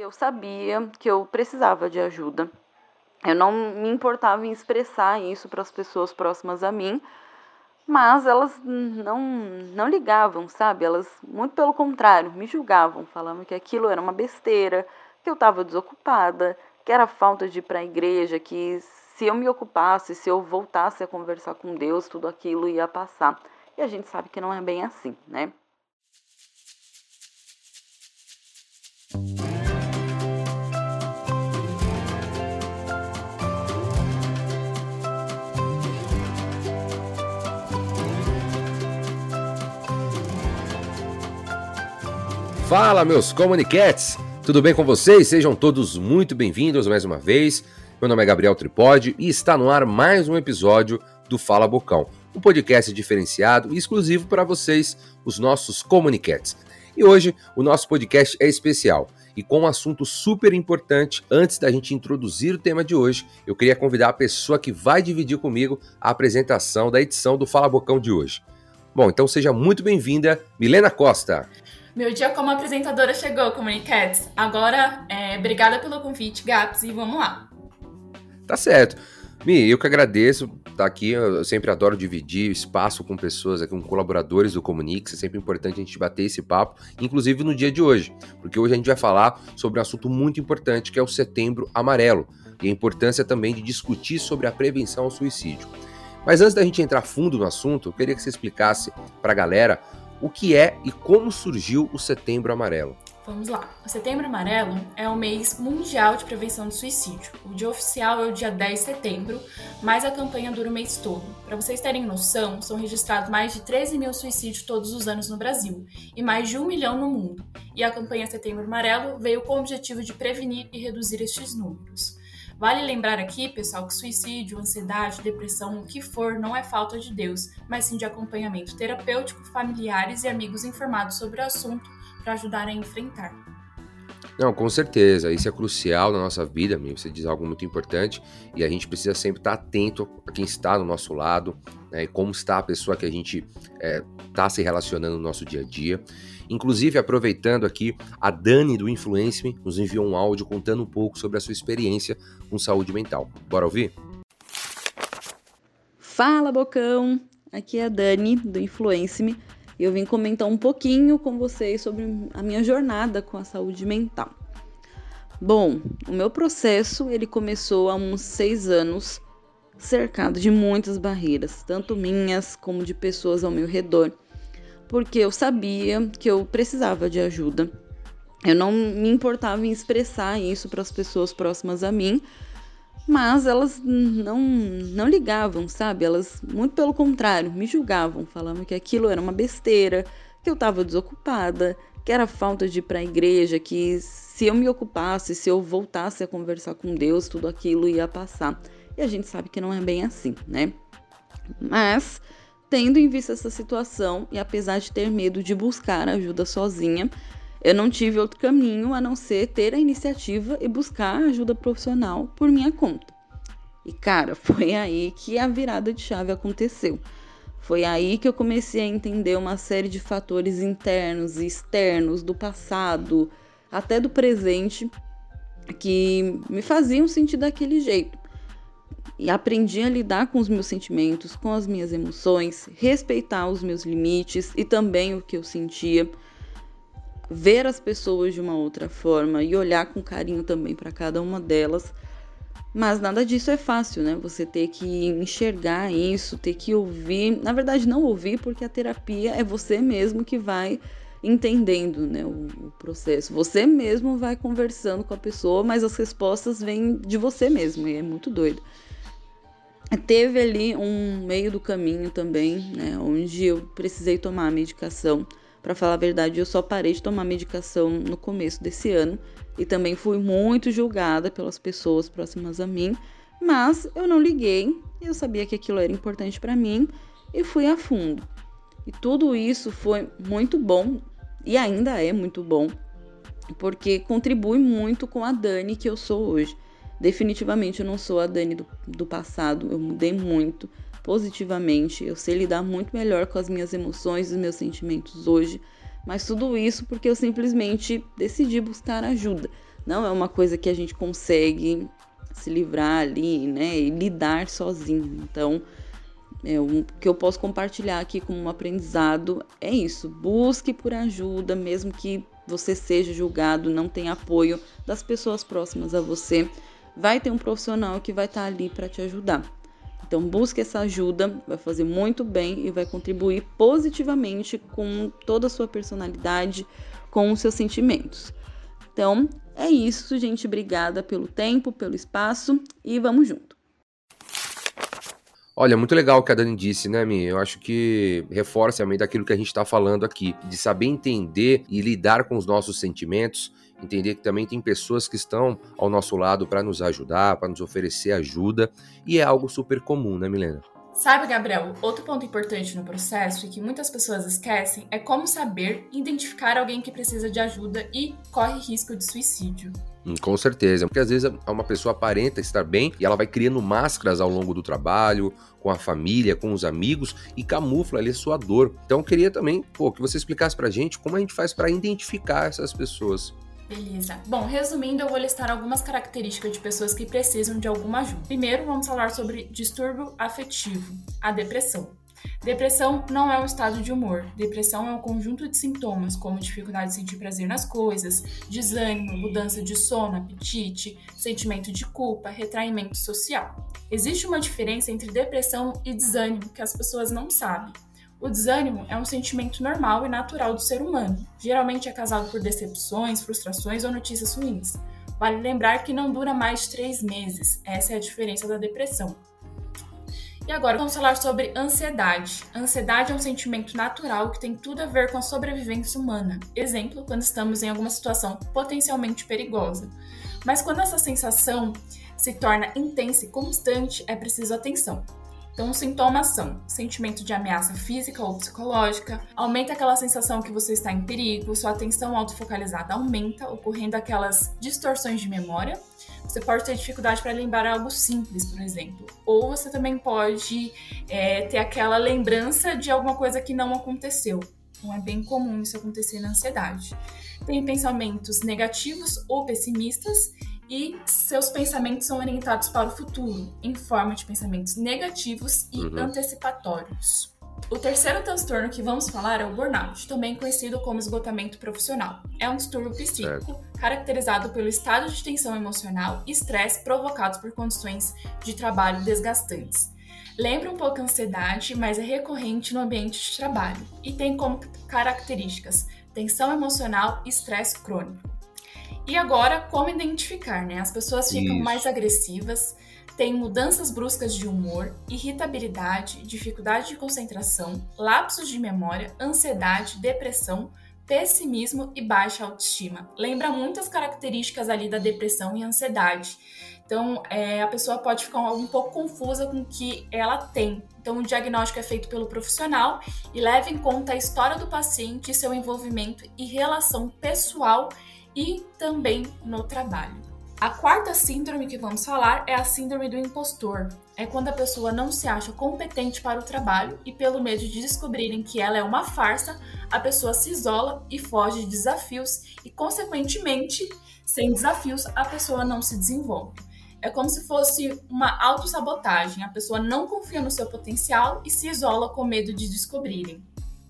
eu sabia que eu precisava de ajuda. Eu não me importava em expressar isso para as pessoas próximas a mim, mas elas não ligavam, sabe? Elas, muito pelo contrário, me julgavam, falando que aquilo era uma besteira, que eu estava desocupada, que era falta de ir para a igreja, que se eu me ocupasse, se eu voltasse a conversar com Deus, tudo aquilo ia passar. E a gente sabe que não é bem assim, né? Fala, meus Comuniquetes! Tudo bem com vocês? Sejam todos muito bem-vindos mais uma vez. Meu nome é Gabriel Tripodi e está no ar mais um episódio do Fala Bocão, um podcast diferenciado e exclusivo para vocês, os nossos Comuniquetes. E hoje o nosso podcast é especial e com um assunto super importante. Antes da gente introduzir o tema de hoje, eu queria convidar a pessoa que vai dividir comigo a apresentação da edição do Fala Bocão de hoje. Bom, então seja muito bem-vinda, Milena Costa. Meu dia como apresentadora chegou, Comuniquetes. Agora, obrigada pelo convite, Gaps, e vamos lá. Tá certo. Mi, eu que agradeço estar aqui. Eu sempre adoro dividir espaço com pessoas aqui, com colaboradores do Comunix. É sempre importante a gente bater esse papo, inclusive no dia de hoje, porque hoje a gente vai falar sobre um assunto muito importante, que é o Setembro Amarelo, e a importância também de discutir sobre a prevenção ao suicídio. Mas antes da gente entrar fundo no assunto, eu queria que você explicasse para a galera o que é e como surgiu o Setembro Amarelo. Vamos lá. O Setembro Amarelo é o mês mundial de prevenção do suicídio. O dia oficial é o dia 10 de setembro, mas a campanha dura o mês todo. Para vocês terem noção, são registrados mais de 13 mil suicídios todos os anos no Brasil e mais de 1 milhão no mundo. E a campanha Setembro Amarelo veio com o objetivo de prevenir e reduzir estes números. Vale lembrar aqui, pessoal, que suicídio, ansiedade, depressão, o que for, não é falta de Deus, mas sim de acompanhamento terapêutico, familiares e amigos informados sobre o assunto para ajudar a enfrentar. Não, com certeza, isso é crucial na nossa vida, você diz algo muito importante e a gente precisa sempre estar atento a quem está do nosso lado, né, e como está a pessoa que a gente está se relacionando no nosso dia a dia. Inclusive, aproveitando aqui, a Dani do Influence.me nos enviou um áudio contando um pouco sobre a sua experiência com saúde mental. Bora ouvir? Fala, Bocão! Aqui é a Dani do Influence.me e eu vim comentar um pouquinho com vocês sobre a minha jornada com a saúde mental. Bom, o meu processo ele começou há uns 6 anos, cercado de muitas barreiras, tanto minhas como de pessoas ao meu redor, porque eu sabia que eu precisava de ajuda. Eu não me importava em expressar isso para as pessoas próximas a mim, mas elas não ligavam, sabe? Elas, muito pelo contrário, me julgavam, falando que aquilo era uma besteira, que eu estava desocupada, que era falta de ir para a igreja, que se eu me ocupasse, se eu voltasse a conversar com Deus, tudo aquilo ia passar. E a gente sabe que não é bem assim, né? Mas, tendo em vista essa situação, e apesar de ter medo de buscar ajuda sozinha, eu não tive outro caminho a não ser ter a iniciativa e buscar ajuda profissional por minha conta. E cara, foi aí que a virada de chave aconteceu. Foi aí que eu comecei a entender uma série de fatores internos e externos do passado, até do presente, que me faziam sentir daquele jeito. E aprendi a lidar com os meus sentimentos, com as minhas emoções, respeitar os meus limites e também o que eu sentia, ver as pessoas de uma outra forma e olhar com carinho também para cada uma delas. Mas nada disso é fácil, né? Você ter que enxergar isso, ter que ouvir. Na verdade, não ouvir, porque a terapia é você mesmo que vai entendendo, né, o processo. Você mesmo vai conversando com a pessoa, mas as respostas vêm de você mesmo, e é muito doido. Teve ali um meio do caminho também, né, onde eu precisei tomar a medicação. Para falar a verdade, eu só parei de tomar medicação no começo desse ano e também fui muito julgada pelas pessoas próximas a mim, mas eu não liguei, eu sabia que aquilo era importante para mim e fui a fundo. E tudo isso foi muito bom e ainda é muito bom, porque contribui muito com a Dani que eu sou hoje. Definitivamente eu não sou a Dani do passado, eu mudei muito positivamente, eu sei lidar muito melhor com as minhas emoções e os meus sentimentos hoje, mas tudo isso porque eu simplesmente decidi buscar ajuda. não é uma coisa que a gente consegue se livrar ali, né, e lidar sozinho. Então, o que eu posso compartilhar aqui como um aprendizado é isso: busque por ajuda, mesmo que você seja julgado, não tenha apoio das pessoas próximas a você, vai ter um profissional que vai estar ali para te ajudar. Então, busque essa ajuda, vai fazer muito bem e vai contribuir positivamente com toda a sua personalidade, com os seus sentimentos. Então, é isso, gente. Obrigada pelo tempo, pelo espaço e vamos junto. Olha, muito legal o que a Dani disse, né, Mi? Eu acho que reforça também daquilo que a gente está falando aqui, de saber entender e lidar com os nossos sentimentos, entender que também tem pessoas que estão ao nosso lado para nos ajudar, para nos oferecer ajuda, e é algo super comum, né, Milena? Sabe, Gabriel, outro ponto importante no processo e que muitas pessoas esquecem é como saber identificar alguém que precisa de ajuda e corre risco de suicídio. Com certeza, porque às vezes uma pessoa aparenta estar bem e ela vai criando máscaras ao longo do trabalho, com a família, com os amigos e camufla ali a sua dor. Então eu queria também, que você explicasse pra gente como a gente faz para identificar essas pessoas. Beleza. Bom, resumindo, eu vou listar algumas características de pessoas que precisam de alguma ajuda. Primeiro, vamos falar sobre distúrbio afetivo, a depressão. Depressão não é um estado de humor. Depressão é um conjunto de sintomas, como dificuldade de sentir prazer nas coisas, desânimo, mudança de sono, apetite, sentimento de culpa, retraimento social. Existe uma diferença entre depressão e desânimo que as pessoas não sabem. O desânimo é um sentimento normal e natural do ser humano. Geralmente é causado por decepções, frustrações ou notícias ruins. Vale lembrar que não dura mais de 3 meses. Essa é a diferença da depressão. E agora vamos falar sobre ansiedade. A ansiedade é um sentimento natural que tem tudo a ver com a sobrevivência humana. Exemplo, quando estamos em alguma situação potencialmente perigosa. Mas quando essa sensação se torna intensa e constante, é preciso atenção. Então, os sintomas são sentimento de ameaça física ou psicológica, aumenta aquela sensação que você está em perigo, sua atenção autofocalizada aumenta, ocorrendo aquelas distorções de memória. Você pode ter dificuldade para lembrar algo simples, por exemplo. Ou você também pode ter aquela lembrança de alguma coisa que não aconteceu. Então, é bem comum isso acontecer na ansiedade. Tem pensamentos negativos ou pessimistas, e seus pensamentos são orientados para o futuro, em forma de pensamentos negativos e antecipatórios. O terceiro transtorno que vamos falar é o burnout, também conhecido como esgotamento profissional. É um distúrbio psíquico caracterizado pelo estado de tensão emocional e estresse provocados por condições de trabalho desgastantes. Lembra um pouco a ansiedade, mas é recorrente no ambiente de trabalho e tem como características tensão emocional e estresse crônico. E agora, como identificar, né? As pessoas ficam mais agressivas, têm mudanças bruscas de humor, irritabilidade, dificuldade de concentração, lapsos de memória, ansiedade, depressão, pessimismo e baixa autoestima. Lembra muitas características ali da depressão e ansiedade. Então, a pessoa pode ficar um pouco confusa com o que ela tem. Então, o diagnóstico é feito pelo profissional e leva em conta a história do paciente, seu envolvimento e relação pessoal e também no trabalho. A quarta síndrome que vamos falar é a síndrome do impostor. É quando a pessoa não se acha competente para o trabalho e, pelo medo de descobrirem que ela é uma farsa, a pessoa se isola e foge de desafios e, consequentemente, sem desafios, a pessoa não se desenvolve. É como se fosse uma autossabotagem. A pessoa não confia no seu potencial e se isola com medo de descobrirem.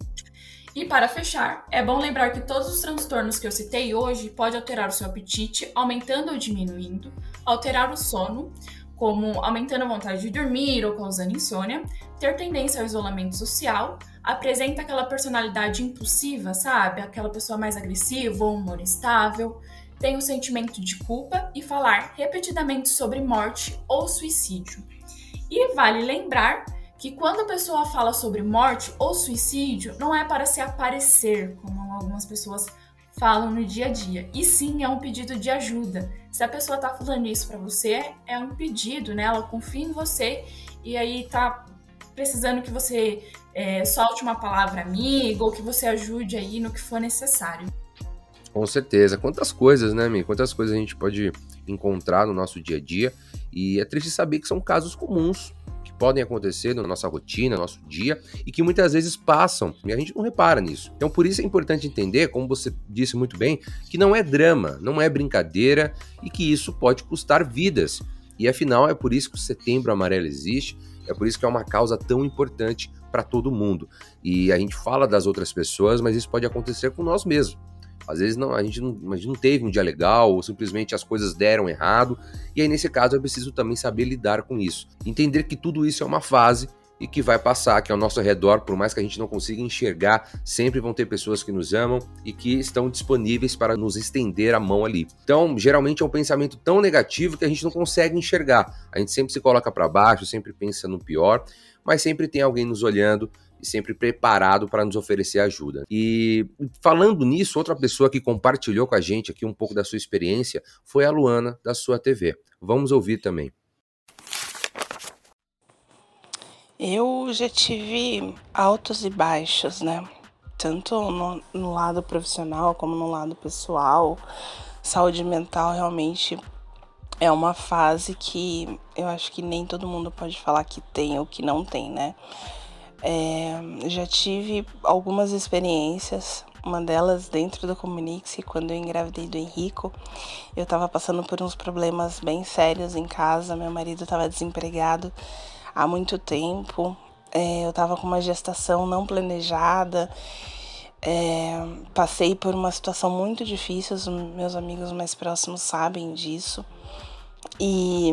E para fechar, é bom lembrar que todos os transtornos que eu citei hoje podem alterar o seu apetite, aumentando ou diminuindo, alterar o sono, como aumentando a vontade de dormir ou causando insônia, ter tendência ao isolamento social, apresenta aquela personalidade impulsiva, sabe? Aquela pessoa mais agressiva ou humor instável, tem o sentimento de culpa e falar repetidamente sobre morte ou suicídio. E vale lembrar que quando a pessoa fala sobre morte ou suicídio, não é para se aparecer, como algumas pessoas falam no dia a dia, e sim é um pedido de ajuda. Se a pessoa está falando isso para você, é um pedido, né? Ela confia em você e aí tá precisando que você solte uma palavra amiga ou que você ajude aí no que for necessário. Com certeza. Quantas coisas, né, Mi? Quantas coisas a gente pode encontrar no nosso dia a dia, e é triste saber que são casos comuns, que podem acontecer na nossa rotina, no nosso dia, e que muitas vezes passam, e a gente não repara nisso. Então, por isso é importante entender, como você disse muito bem, que não é drama, não é brincadeira, e que isso pode custar vidas. E afinal, é por isso que o Setembro Amarelo existe, é por isso que é uma causa tão importante para todo mundo. E a gente fala das outras pessoas, mas isso pode acontecer com nós mesmos. Às vezes a gente não teve um dia legal, ou simplesmente as coisas deram errado, e aí nesse caso é preciso também saber lidar com isso. Entender que tudo isso é uma fase e que vai passar, que ao nosso redor, por mais que a gente não consiga enxergar, sempre vão ter pessoas que nos amam e que estão disponíveis para nos estender a mão ali. Então, geralmente é um pensamento tão negativo que a gente não consegue enxergar. A gente sempre se coloca para baixo, sempre pensa no pior, mas sempre tem alguém nos olhando e sempre preparado para nos oferecer ajuda. E falando nisso, outra pessoa que compartilhou com a gente aqui um pouco da sua experiência foi a Luana, da Sua TV. Vamos ouvir também. Eu já tive altos e baixos, né? Tanto no lado profissional como no lado pessoal. Saúde mental realmente é uma fase que eu acho que nem todo mundo pode falar que tem ou que não tem, né? Já tive algumas experiências, uma delas dentro do Comunix, quando eu engravidei do Henrico. Eu tava passando por uns problemas bem sérios em casa, meu marido tava desempregado há muito tempo, eu tava com uma gestação não planejada, passei por uma situação muito difícil, os meus amigos mais próximos sabem disso, e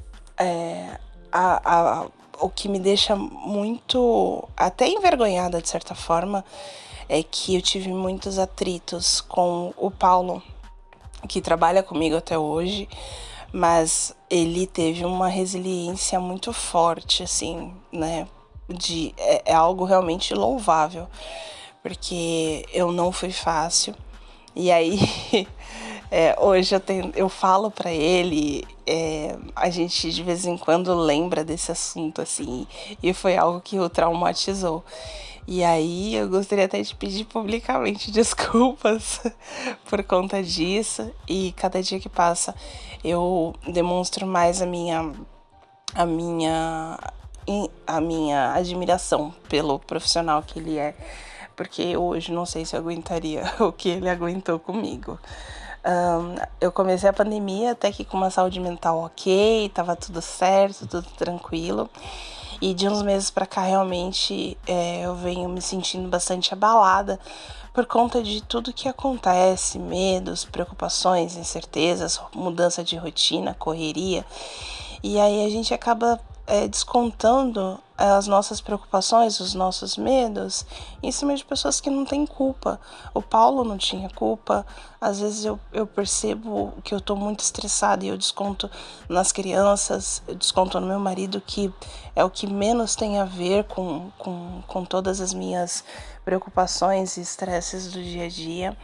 o que me deixa muito, até envergonhada de certa forma, é que eu tive muitos atritos com o Paulo, que trabalha comigo até hoje, mas ele teve uma resiliência muito forte, assim, né? É algo realmente louvável, porque eu não fui fácil. E aí, hoje eu falo pra ele, a gente de vez em quando lembra desse assunto, assim, e foi algo que o traumatizou. E aí eu gostaria até de pedir publicamente desculpas por conta disso, e cada dia que passa eu demonstro mais a minha admiração pelo profissional que ele é, porque hoje não sei se eu aguentaria o que ele aguentou comigo. Eu comecei a pandemia até que com uma saúde mental ok, tava tudo certo, tudo tranquilo. E de uns meses pra cá, realmente, eu venho me sentindo bastante abalada por conta de tudo que acontece, medos, preocupações, incertezas, mudança de rotina, correria. E aí a gente acaba descontando as nossas preocupações, os nossos medos em cima de pessoas que não têm culpa. O Paulo não tinha culpa. Às vezes eu percebo que eu tô muito estressada e eu desconto nas crianças, eu desconto no meu marido, que é o que menos tem a ver com todas as minhas preocupações e estresses do dia a dia.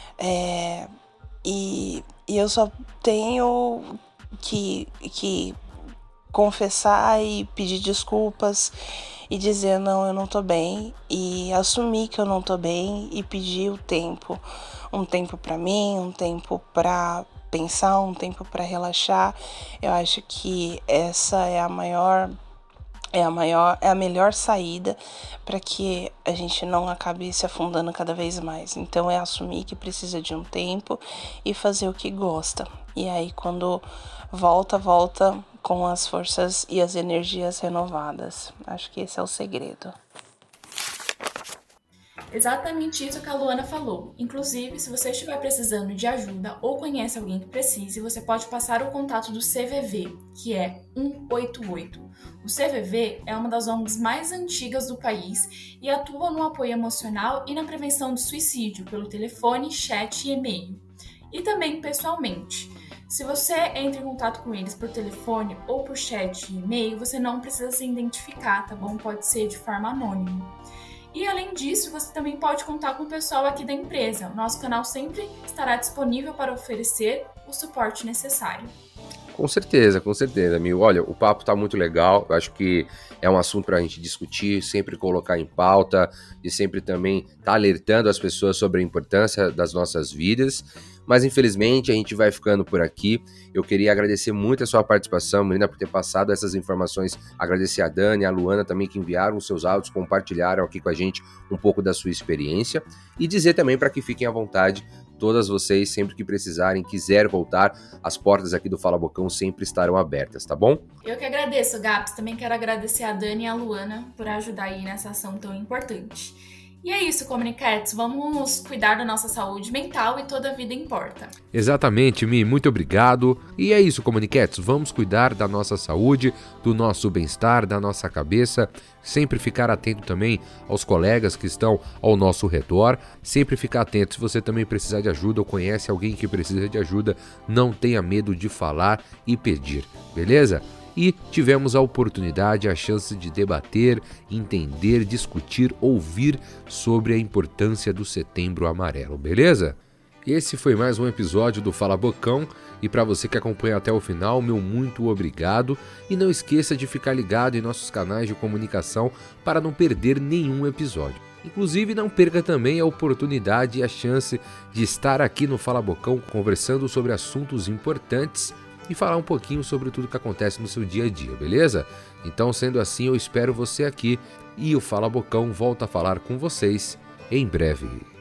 E eu só tenho que confessar e pedir desculpas e dizer não, eu não tô bem, e assumir que eu não tô bem e pedir um tempo pra mim, um tempo pra pensar, um tempo pra relaxar. Eu acho que essa é a melhor saída para que a gente não acabe se afundando cada vez mais. Então é assumir que precisa de um tempo e fazer o que gosta. E aí quando volta com as forças e as energias renovadas. Acho que esse é o segredo. Exatamente isso que a Luana falou. Inclusive, se você estiver precisando de ajuda ou conhece alguém que precise, você pode passar o contato do CVV, que é 188. O CVV é uma das ONGs mais antigas do país e atua no apoio emocional e na prevenção do suicídio pelo telefone, chat e e-mail. E também pessoalmente. Se você entra em contato com eles por telefone ou por chat e e-mail, você não precisa se identificar, tá bom? Pode ser de forma anônima. E além disso, você também pode contar com o pessoal aqui da empresa. O nosso canal sempre estará disponível para oferecer o suporte necessário. Com certeza, Mil. Olha, o papo tá muito legal, eu acho que é um assunto pra gente discutir, sempre colocar em pauta e sempre também tá alertando as pessoas sobre a importância das nossas vidas, mas infelizmente a gente vai ficando por aqui. Eu queria agradecer muito a sua participação, Marina, por ter passado essas informações, agradecer a Dani, a Luana também que enviaram os seus áudios, compartilharam aqui com a gente um pouco da sua experiência e dizer também para que fiquem à vontade todas vocês, sempre que precisarem, quiser voltar, as portas aqui do Fala Bocão sempre estarão abertas, tá bom? Eu que agradeço, Gaps. Também quero agradecer a Dani e a Luana por ajudar aí nessa ação tão importante. E é isso, Comunicats. Vamos cuidar da nossa saúde mental e toda a vida importa. Exatamente, Mi. Muito obrigado. E é isso, Comunicats. Vamos cuidar da nossa saúde, do nosso bem-estar, da nossa cabeça. Sempre ficar atento também aos colegas que estão ao nosso redor. Sempre ficar atento. Se você também precisar de ajuda ou conhece alguém que precisa de ajuda, não tenha medo de falar e pedir. Beleza? E tivemos a oportunidade, a chance de debater, entender, discutir, ouvir sobre a importância do Setembro Amarelo, beleza? Esse foi mais um episódio do Fala Bocão e para você que acompanha até o final, meu muito obrigado e não esqueça de ficar ligado em nossos canais de comunicação para não perder nenhum episódio. Inclusive, não perca também a oportunidade e a chance de estar aqui no Fala Bocão conversando sobre assuntos importantes e falar um pouquinho sobre tudo que acontece no seu dia a dia, beleza? Então, sendo assim, eu espero você aqui e o Fala Bocão volta a falar com vocês em breve.